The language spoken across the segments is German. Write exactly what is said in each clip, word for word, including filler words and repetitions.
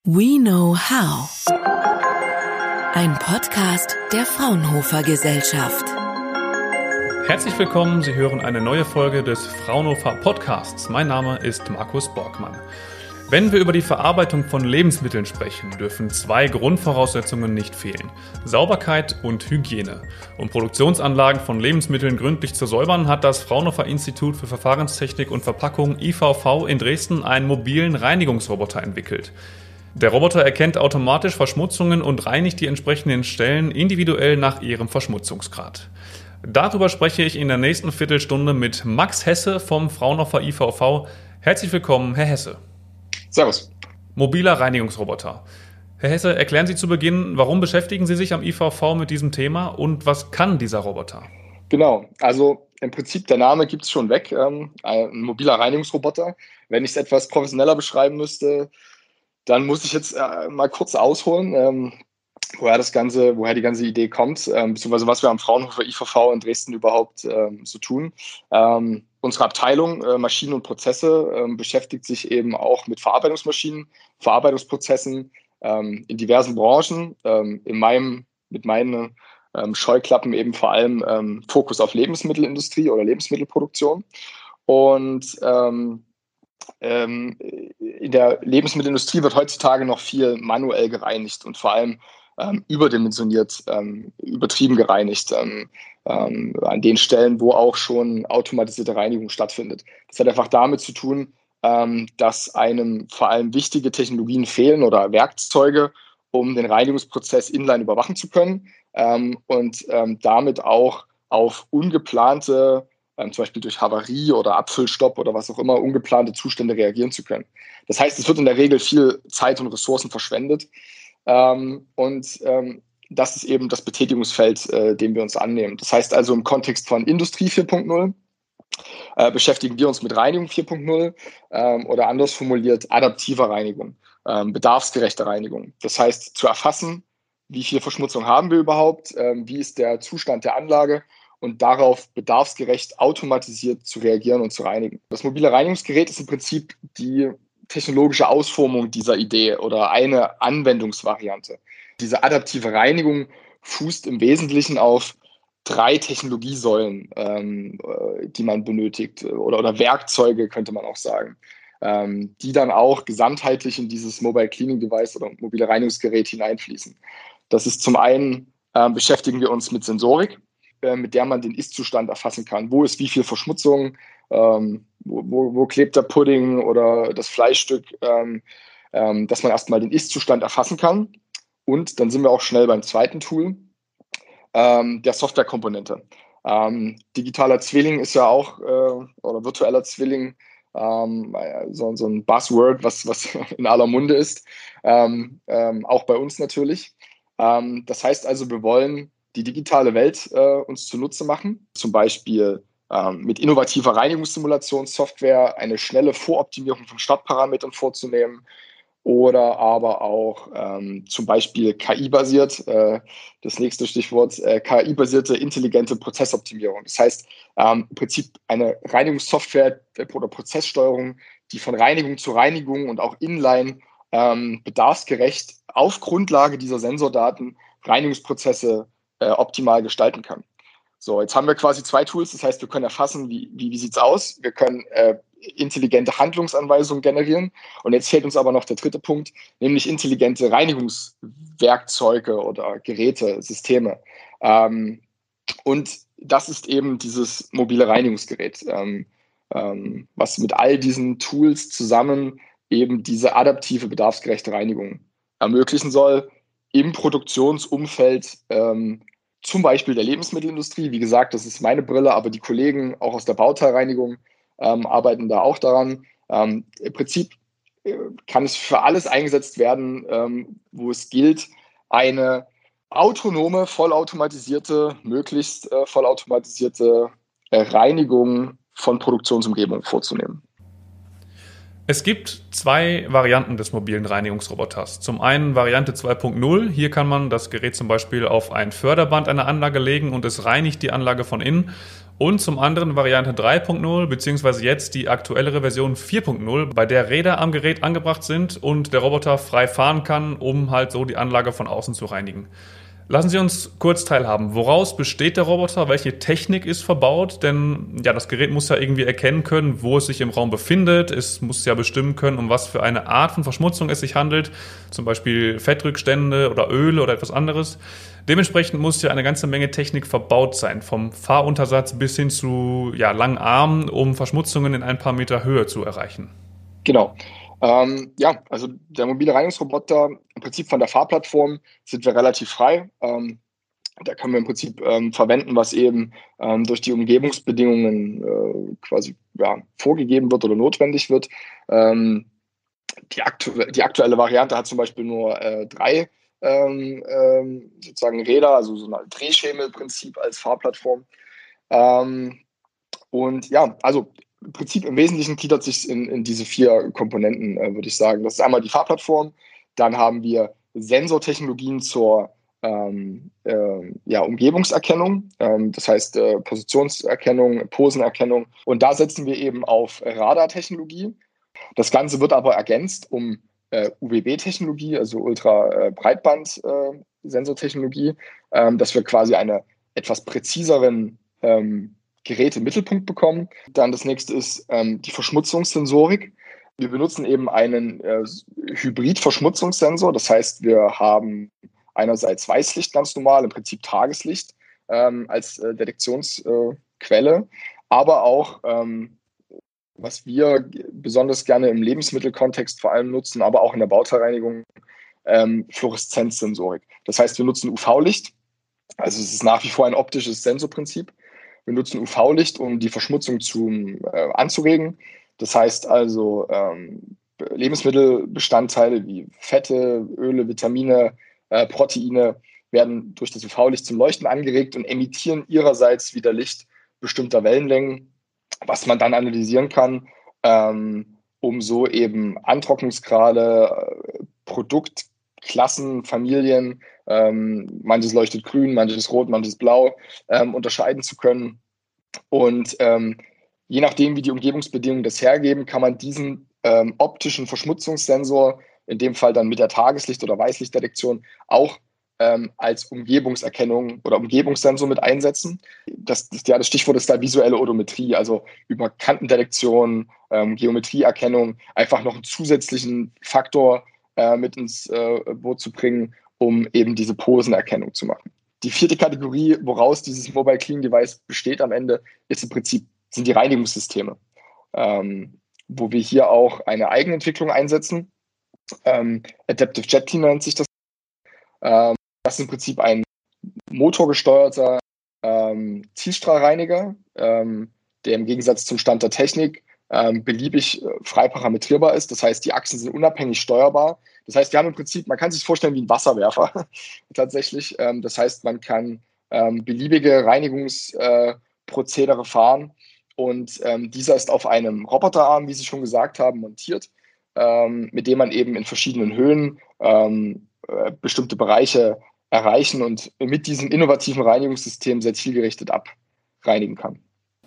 We Know How. Ein Podcast der Fraunhofer Gesellschaft. Herzlich willkommen, Sie hören eine neue Folge des Fraunhofer Podcasts. Mein Name ist Markus Borgmann. Wenn wir über die Verarbeitung von Lebensmitteln sprechen, dürfen zwei Grundvoraussetzungen nicht fehlen: Sauberkeit und Hygiene. Um Produktionsanlagen von Lebensmitteln gründlich zu säubern, hat das Fraunhofer Institut für Verfahrenstechnik und Verpackung I V V in Dresden einen mobilen Reinigungsroboter entwickelt. Der Roboter erkennt automatisch Verschmutzungen und reinigt die entsprechenden Stellen individuell nach ihrem Verschmutzungsgrad. Darüber spreche ich in der nächsten Viertelstunde mit Max Hesse vom Fraunhofer I V V. Herzlich willkommen, Herr Hesse. Servus. Mobiler Reinigungsroboter. Herr Hesse, erklären Sie zu Beginn, warum beschäftigen Sie sich am I V V mit diesem Thema und was kann dieser Roboter? Genau, also im Prinzip der Name gibt es schon weg, ähm, ein mobiler Reinigungsroboter. Wenn ich es etwas professioneller beschreiben müsste, dann muss ich jetzt äh, mal kurz ausholen, ähm, woher das Ganze, woher die ganze Idee kommt, ähm, beziehungsweise was wir am Fraunhofer I V V in Dresden überhaupt ähm, so tun. Ähm, unsere Abteilung äh, Maschinen und Prozesse ähm, beschäftigt sich eben auch mit Verarbeitungsmaschinen, Verarbeitungsprozessen ähm, in diversen Branchen. Ähm, in meinem, mit meinen ähm, Scheuklappen eben vor allem ähm, Fokus auf Lebensmittelindustrie oder Lebensmittelproduktion. Und ähm, Ähm, in der Lebensmittelindustrie wird heutzutage noch viel manuell gereinigt und vor allem ähm, überdimensioniert, ähm, übertrieben gereinigt, ähm, ähm, an den Stellen, wo auch schon automatisierte Reinigung stattfindet. Das hat einfach damit zu tun, ähm, dass einem vor allem wichtige Technologien fehlen oder Werkzeuge, um den Reinigungsprozess inline überwachen zu können ähm, und ähm, damit auch auf ungeplante Ähm, zum Beispiel durch Havarie oder Abfüllstopp oder was auch immer, ungeplante Zustände reagieren zu können. Das heißt, es wird in der Regel viel Zeit und Ressourcen verschwendet. Ähm, und ähm, das ist eben das Betätigungsfeld, äh, dem wir uns annehmen. Das heißt also, im Kontext von Industrie vier Punkt null äh, beschäftigen wir uns mit Reinigung vier Punkt null ähm, oder anders formuliert adaptiver Reinigung, ähm, bedarfsgerechte Reinigung. Das heißt, zu erfassen, wie viel Verschmutzung haben wir überhaupt, ähm, wie ist der Zustand der Anlage, und darauf bedarfsgerecht automatisiert zu reagieren und zu reinigen. Das mobile Reinigungsgerät ist im Prinzip die technologische Ausformung dieser Idee oder eine Anwendungsvariante. Diese adaptive Reinigung fußt im Wesentlichen auf drei Technologiesäulen, ähm, die man benötigt oder, oder Werkzeuge, könnte man auch sagen, ähm, die dann auch gesamtheitlich in dieses Mobile Cleaning Device oder mobile Reinigungsgerät hineinfließen. Das ist zum einen, äh, beschäftigen wir uns mit Sensorik, mit der man den Ist-Zustand erfassen kann. Wo ist wie viel Verschmutzung, ähm, wo, wo, wo klebt der Pudding oder das Fleischstück, ähm, ähm, dass man erstmal den Ist-Zustand erfassen kann. Und dann sind wir auch schnell beim zweiten Tool, ähm, der Softwarekomponente. Ähm, digitaler Zwilling ist ja auch, äh, oder virtueller Zwilling, ähm, so, so ein Buzzword, was, was in aller Munde ist, ähm, ähm, auch bei uns natürlich. Ähm, das heißt also, wir wollen die digitale Welt äh, uns zunutze machen, zum Beispiel ähm, mit innovativer Reinigungssimulationssoftware eine schnelle Voroptimierung von Startparametern vorzunehmen oder aber auch ähm, zum Beispiel K I-basiert, äh, das nächste Stichwort, äh, K I-basierte intelligente Prozessoptimierung. Das heißt ähm, im Prinzip eine Reinigungssoftware oder Prozesssteuerung, die von Reinigung zu Reinigung und auch inline ähm, bedarfsgerecht auf Grundlage dieser Sensordaten Reinigungsprozesse äh, optimal gestalten kann. So, jetzt haben wir quasi zwei Tools, das heißt, wir können erfassen, wie, wie, wie sieht es aus, wir können äh, intelligente Handlungsanweisungen generieren und jetzt fehlt uns aber noch der dritte Punkt, nämlich intelligente Reinigungswerkzeuge oder Geräte, Systeme. Ähm, und das ist eben dieses mobile Reinigungsgerät, ähm, ähm, was mit all diesen Tools zusammen eben diese adaptive, bedarfsgerechte Reinigung ermöglichen soll im Produktionsumfeld, ähm, zum Beispiel der Lebensmittelindustrie. Wie gesagt, das ist meine Brille, aber die Kollegen auch aus der Bauteilreinigung ähm, arbeiten da auch daran. Ähm, Im Prinzip äh, kann es für alles eingesetzt werden, ähm, wo es gilt, eine autonome, vollautomatisierte, möglichst äh, vollautomatisierte äh, Reinigung von Produktionsumgebung vorzunehmen. Es gibt zwei Varianten des mobilen Reinigungsroboters. Zum einen Variante zwei Punkt null. Hier kann man das Gerät zum Beispiel auf ein Förderband einer Anlage legen und es reinigt die Anlage von innen. Und zum anderen Variante drei Punkt null, beziehungsweise jetzt die aktuellere Version vier Punkt null, bei der Räder am Gerät angebracht sind und der Roboter frei fahren kann, um halt so die Anlage von außen zu reinigen. Lassen Sie uns kurz teilhaben. Woraus besteht der Roboter? Welche Technik ist verbaut? Denn ja, das Gerät muss ja irgendwie erkennen können, wo es sich im Raum befindet. Es muss ja bestimmen können, um was für eine Art von Verschmutzung es sich handelt. Zum Beispiel Fettrückstände oder Öle oder etwas anderes. Dementsprechend muss ja eine ganze Menge Technik verbaut sein. Vom Fahruntersatz bis hin zu ja, langen Armen, um Verschmutzungen in ein paar Meter Höhe zu erreichen. Genau. Ähm, ja, also der mobile Reinigungsroboter, im Prinzip von der Fahrplattform sind wir relativ frei. Ähm, da können wir im Prinzip ähm, verwenden, was eben ähm, durch die Umgebungsbedingungen äh, quasi ja, vorgegeben wird oder notwendig wird. Ähm, die, aktu- die aktuelle Variante hat zum Beispiel nur äh, drei ähm, ähm, sozusagen Räder, also so ein Drehschemelprinzip als Fahrplattform. Ähm, und ja, also im Prinzip im Wesentlichen gliedert sich in, in diese vier Komponenten, äh, würde ich sagen. Das ist einmal die Fahrplattform, dann haben wir Sensortechnologien zur ähm, äh, ja, Umgebungserkennung, ähm, das heißt äh, Positionserkennung, Posenerkennung. Und da setzen wir eben auf Radartechnologie. Das Ganze wird aber ergänzt um äh, U W B-Technologie, also Ultra-Breitband-Sensortechnologie, äh, ähm, dass wir quasi eine etwas präziseren ähm, Gerät im Mittelpunkt bekommen. Dann das nächste ist ähm, die Verschmutzungssensorik. Wir benutzen eben einen äh, Hybrid-Verschmutzungssensor. Das heißt, wir haben einerseits Weißlicht ganz normal, im Prinzip Tageslicht ähm, als äh, Detektionsquelle, äh, aber auch, ähm, was wir besonders gerne im Lebensmittelkontext vor allem nutzen, aber auch in der Bauteilreinigung, ähm, Fluoreszenzsensorik. Das heißt, wir nutzen U V-Licht. Also es ist nach wie vor ein optisches Sensorprinzip. Wir nutzen U V-Licht, um die Verschmutzung zu, äh, anzuregen. Das heißt also, ähm, Lebensmittelbestandteile wie Fette, Öle, Vitamine, äh, Proteine werden durch das U V-Licht zum Leuchten angeregt und emittieren ihrerseits wieder Licht bestimmter Wellenlängen, was man dann analysieren kann, ähm, um so eben Antrocknungsgrade, äh, Produktklassen, Familien, ähm, manches leuchtet grün, manches rot, manches blau, ähm, unterscheiden zu können. Und ähm, je nachdem, wie die Umgebungsbedingungen das hergeben, kann man diesen ähm, optischen Verschmutzungssensor, in dem Fall dann mit der Tageslicht- oder Weißlichtdetektion, auch ähm, als Umgebungserkennung oder Umgebungssensor mit einsetzen. Das, das, ja, das Stichwort ist da visuelle Odometrie, also über Kantendetektion, ähm, Geometrieerkennung, einfach noch einen zusätzlichen Faktor äh, mit ins äh, Boot zu bringen, um eben diese Posenerkennung zu machen. Die vierte Kategorie, woraus dieses Mobile Clean Device besteht am Ende, ist im Prinzip, sind die Reinigungssysteme, ähm, wo wir hier auch eine Eigenentwicklung einsetzen. Ähm, Adaptive Jet Cleaner nennt sich das. Ähm, das ist im Prinzip ein motorgesteuerter ähm, Zielstrahlreiniger, ähm, der im Gegensatz zum Stand der Technik ähm, beliebig äh, frei parametrierbar ist. Das heißt, die Achsen sind unabhängig steuerbar. Das heißt, wir haben im Prinzip, man kann sich vorstellen wie ein Wasserwerfer tatsächlich. Ähm, das heißt, man kann ähm, beliebige Reinigungsprozedere äh, fahren und ähm, dieser ist auf einem Roboterarm, wie Sie schon gesagt haben, montiert, ähm, mit dem man eben in verschiedenen Höhen ähm, äh, bestimmte Bereiche erreichen und mit diesem innovativen Reinigungssystem sehr zielgerichtet abreinigen kann.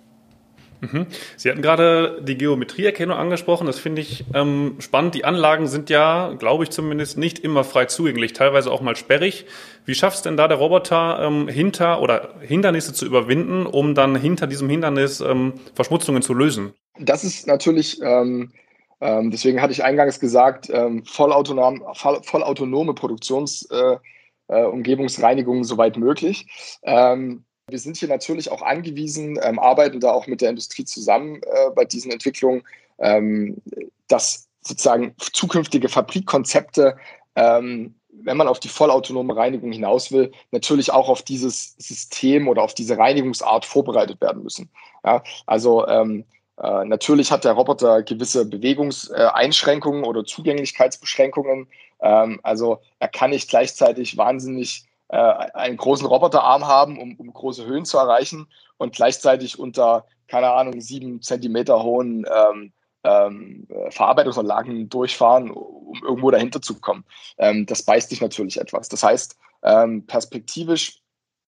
Mhm. Sie hatten gerade die Geometrieerkennung angesprochen. Das finde ich ähm, spannend. Die Anlagen sind ja, glaube ich zumindest, nicht immer frei zugänglich, teilweise auch mal sperrig. Wie schafft es denn da der Roboter, ähm, hinter oder Hindernisse zu überwinden, um dann hinter diesem Hindernis ähm, Verschmutzungen zu lösen? Das ist natürlich, ähm, ähm, deswegen hatte ich eingangs gesagt, ähm, vollautonom, voll, vollautonome Produktionsumgebungsreinigung äh, äh, soweit möglich. Ähm, Wir sind hier natürlich auch angewiesen, ähm, arbeiten da auch mit der Industrie zusammen äh, bei diesen Entwicklungen, ähm, dass sozusagen zukünftige Fabrikkonzepte, ähm, wenn man auf die vollautonome Reinigung hinaus will, natürlich auch auf dieses System oder auf diese Reinigungsart vorbereitet werden müssen. Ja, also ähm, äh, natürlich hat der Roboter gewisse Bewegungseinschränkungen oder Zugänglichkeitsbeschränkungen. Ähm, also er kann nicht gleichzeitig wahnsinnig äh, einen großen Roboterarm haben, um, um große Höhen zu erreichen und gleichzeitig unter, keine Ahnung, sieben Zentimeter hohen ähm, ähm, Verarbeitungsanlagen durchfahren, um irgendwo dahinter zu kommen. Ähm, das beißt sich natürlich etwas. Das heißt, ähm, perspektivisch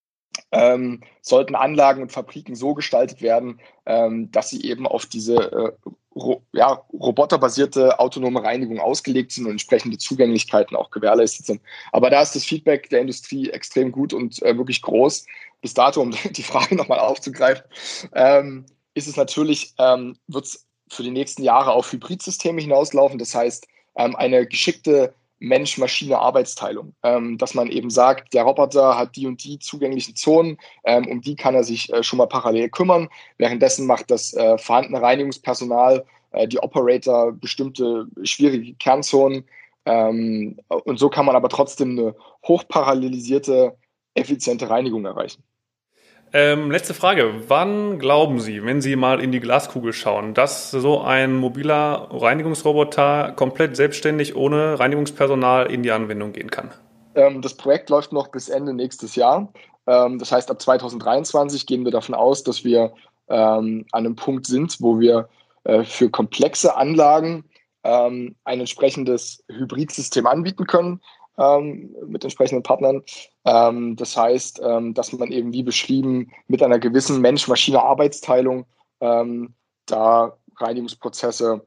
ähm, sollten Anlagen und Fabriken so gestaltet werden, ähm, dass sie eben auf diese äh, ro- ja, roboterbasierte autonome Reinigung ausgelegt sind und entsprechende Zugänglichkeiten auch gewährleistet sind. Aber da ist das Feedback der Industrie extrem gut und äh, wirklich groß. Bis dato, um die Frage nochmal aufzugreifen, ähm, ist es natürlich, ähm, wird es für die nächsten Jahre auf Hybridsysteme hinauslaufen. Das heißt, ähm, eine geschickte Mensch-Maschine-Arbeitsteilung, ähm, dass man eben sagt, der Roboter hat die und die zugänglichen Zonen, ähm, um die kann er sich äh, schon mal parallel kümmern. Währenddessen macht das äh, vorhandene Reinigungspersonal, äh, die Operator, bestimmte schwierige Kernzonen. Ähm, und so kann man aber trotzdem eine hochparallelisierte, effiziente Reinigung erreichen. Ähm, letzte Frage. Wann glauben Sie, wenn Sie mal in die Glaskugel schauen, dass so ein mobiler Reinigungsroboter komplett selbstständig ohne Reinigungspersonal in die Anwendung gehen kann? Ähm, das Projekt läuft noch bis Ende nächstes Jahr. Ähm, das heißt, ab zwanzig dreiundzwanzig gehen wir davon aus, dass wir ähm, an einem Punkt sind, wo wir äh, für komplexe Anlagen ähm, ein entsprechendes Hybridsystem anbieten können. Ähm, mit entsprechenden Partnern. Ähm, das heißt, ähm, dass man eben wie beschrieben mit einer gewissen Mensch-Maschine-Arbeitsteilung ähm, da Reinigungsprozesse,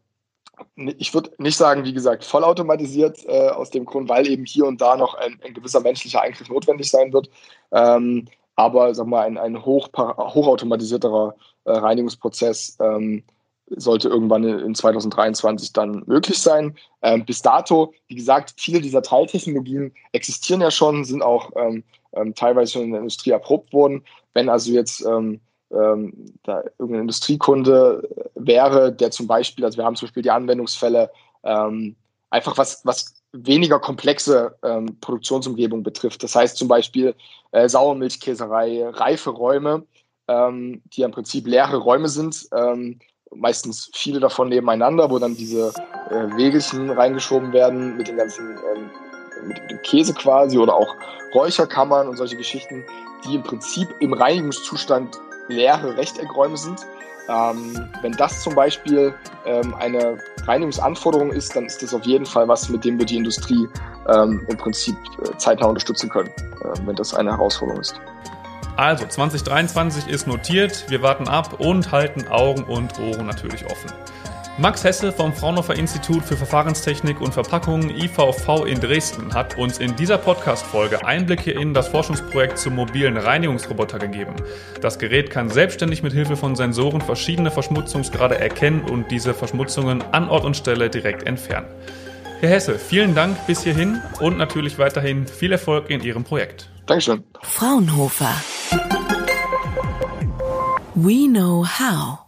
ich würde nicht sagen, wie gesagt, vollautomatisiert äh, aus dem Grund, weil eben hier und da noch ein, ein gewisser menschlicher Eingriff notwendig sein wird. Ähm, aber sag mal, ein, ein hoch, hochautomatisierterer äh, Reinigungsprozess ähm, sollte irgendwann in zwanzig dreiundzwanzig dann möglich sein. Ähm, bis dato, wie gesagt, viele dieser Teiltechnologien existieren ja schon, sind auch ähm, ähm, teilweise schon in der Industrie erprobt worden. Wenn also jetzt ähm, ähm, da irgendein Industriekunde wäre, der zum Beispiel, also wir haben zum Beispiel die Anwendungsfälle, ähm, einfach was, was weniger komplexe ähm, Produktionsumgebung betrifft. Das heißt zum Beispiel äh, Sauermilchkäserei, reife Räume, ähm, die ja im Prinzip leere Räume sind, ähm, meistens viele davon nebeneinander, wo dann diese äh, Wägelchen reingeschoben werden mit den ganzen, ähm, mit, mit dem Käse quasi oder auch Räucherkammern und solche Geschichten, die im Prinzip im Reinigungszustand leere Rechteckräume sind. Ähm, wenn das zum Beispiel ähm, eine Reinigungsanforderung ist, dann ist das auf jeden Fall was, mit dem wir die Industrie ähm, im Prinzip äh, zeitnah unterstützen können, äh, wenn das eine Herausforderung ist. Also, zwanzig dreiundzwanzig ist notiert, wir warten ab und halten Augen und Ohren natürlich offen. Max Hesse vom Fraunhofer Institut für Verfahrenstechnik und Verpackung I V V in Dresden hat uns in dieser Podcast-Folge Einblicke in das Forschungsprojekt zum mobilen Reinigungsroboter gegeben. Das Gerät kann selbstständig mit Hilfe von Sensoren verschiedene Verschmutzungsgrade erkennen und diese Verschmutzungen an Ort und Stelle direkt entfernen. Herr Hesse, vielen Dank bis hierhin und natürlich weiterhin viel Erfolg in Ihrem Projekt. Dankeschön. Fraunhofer. We know how.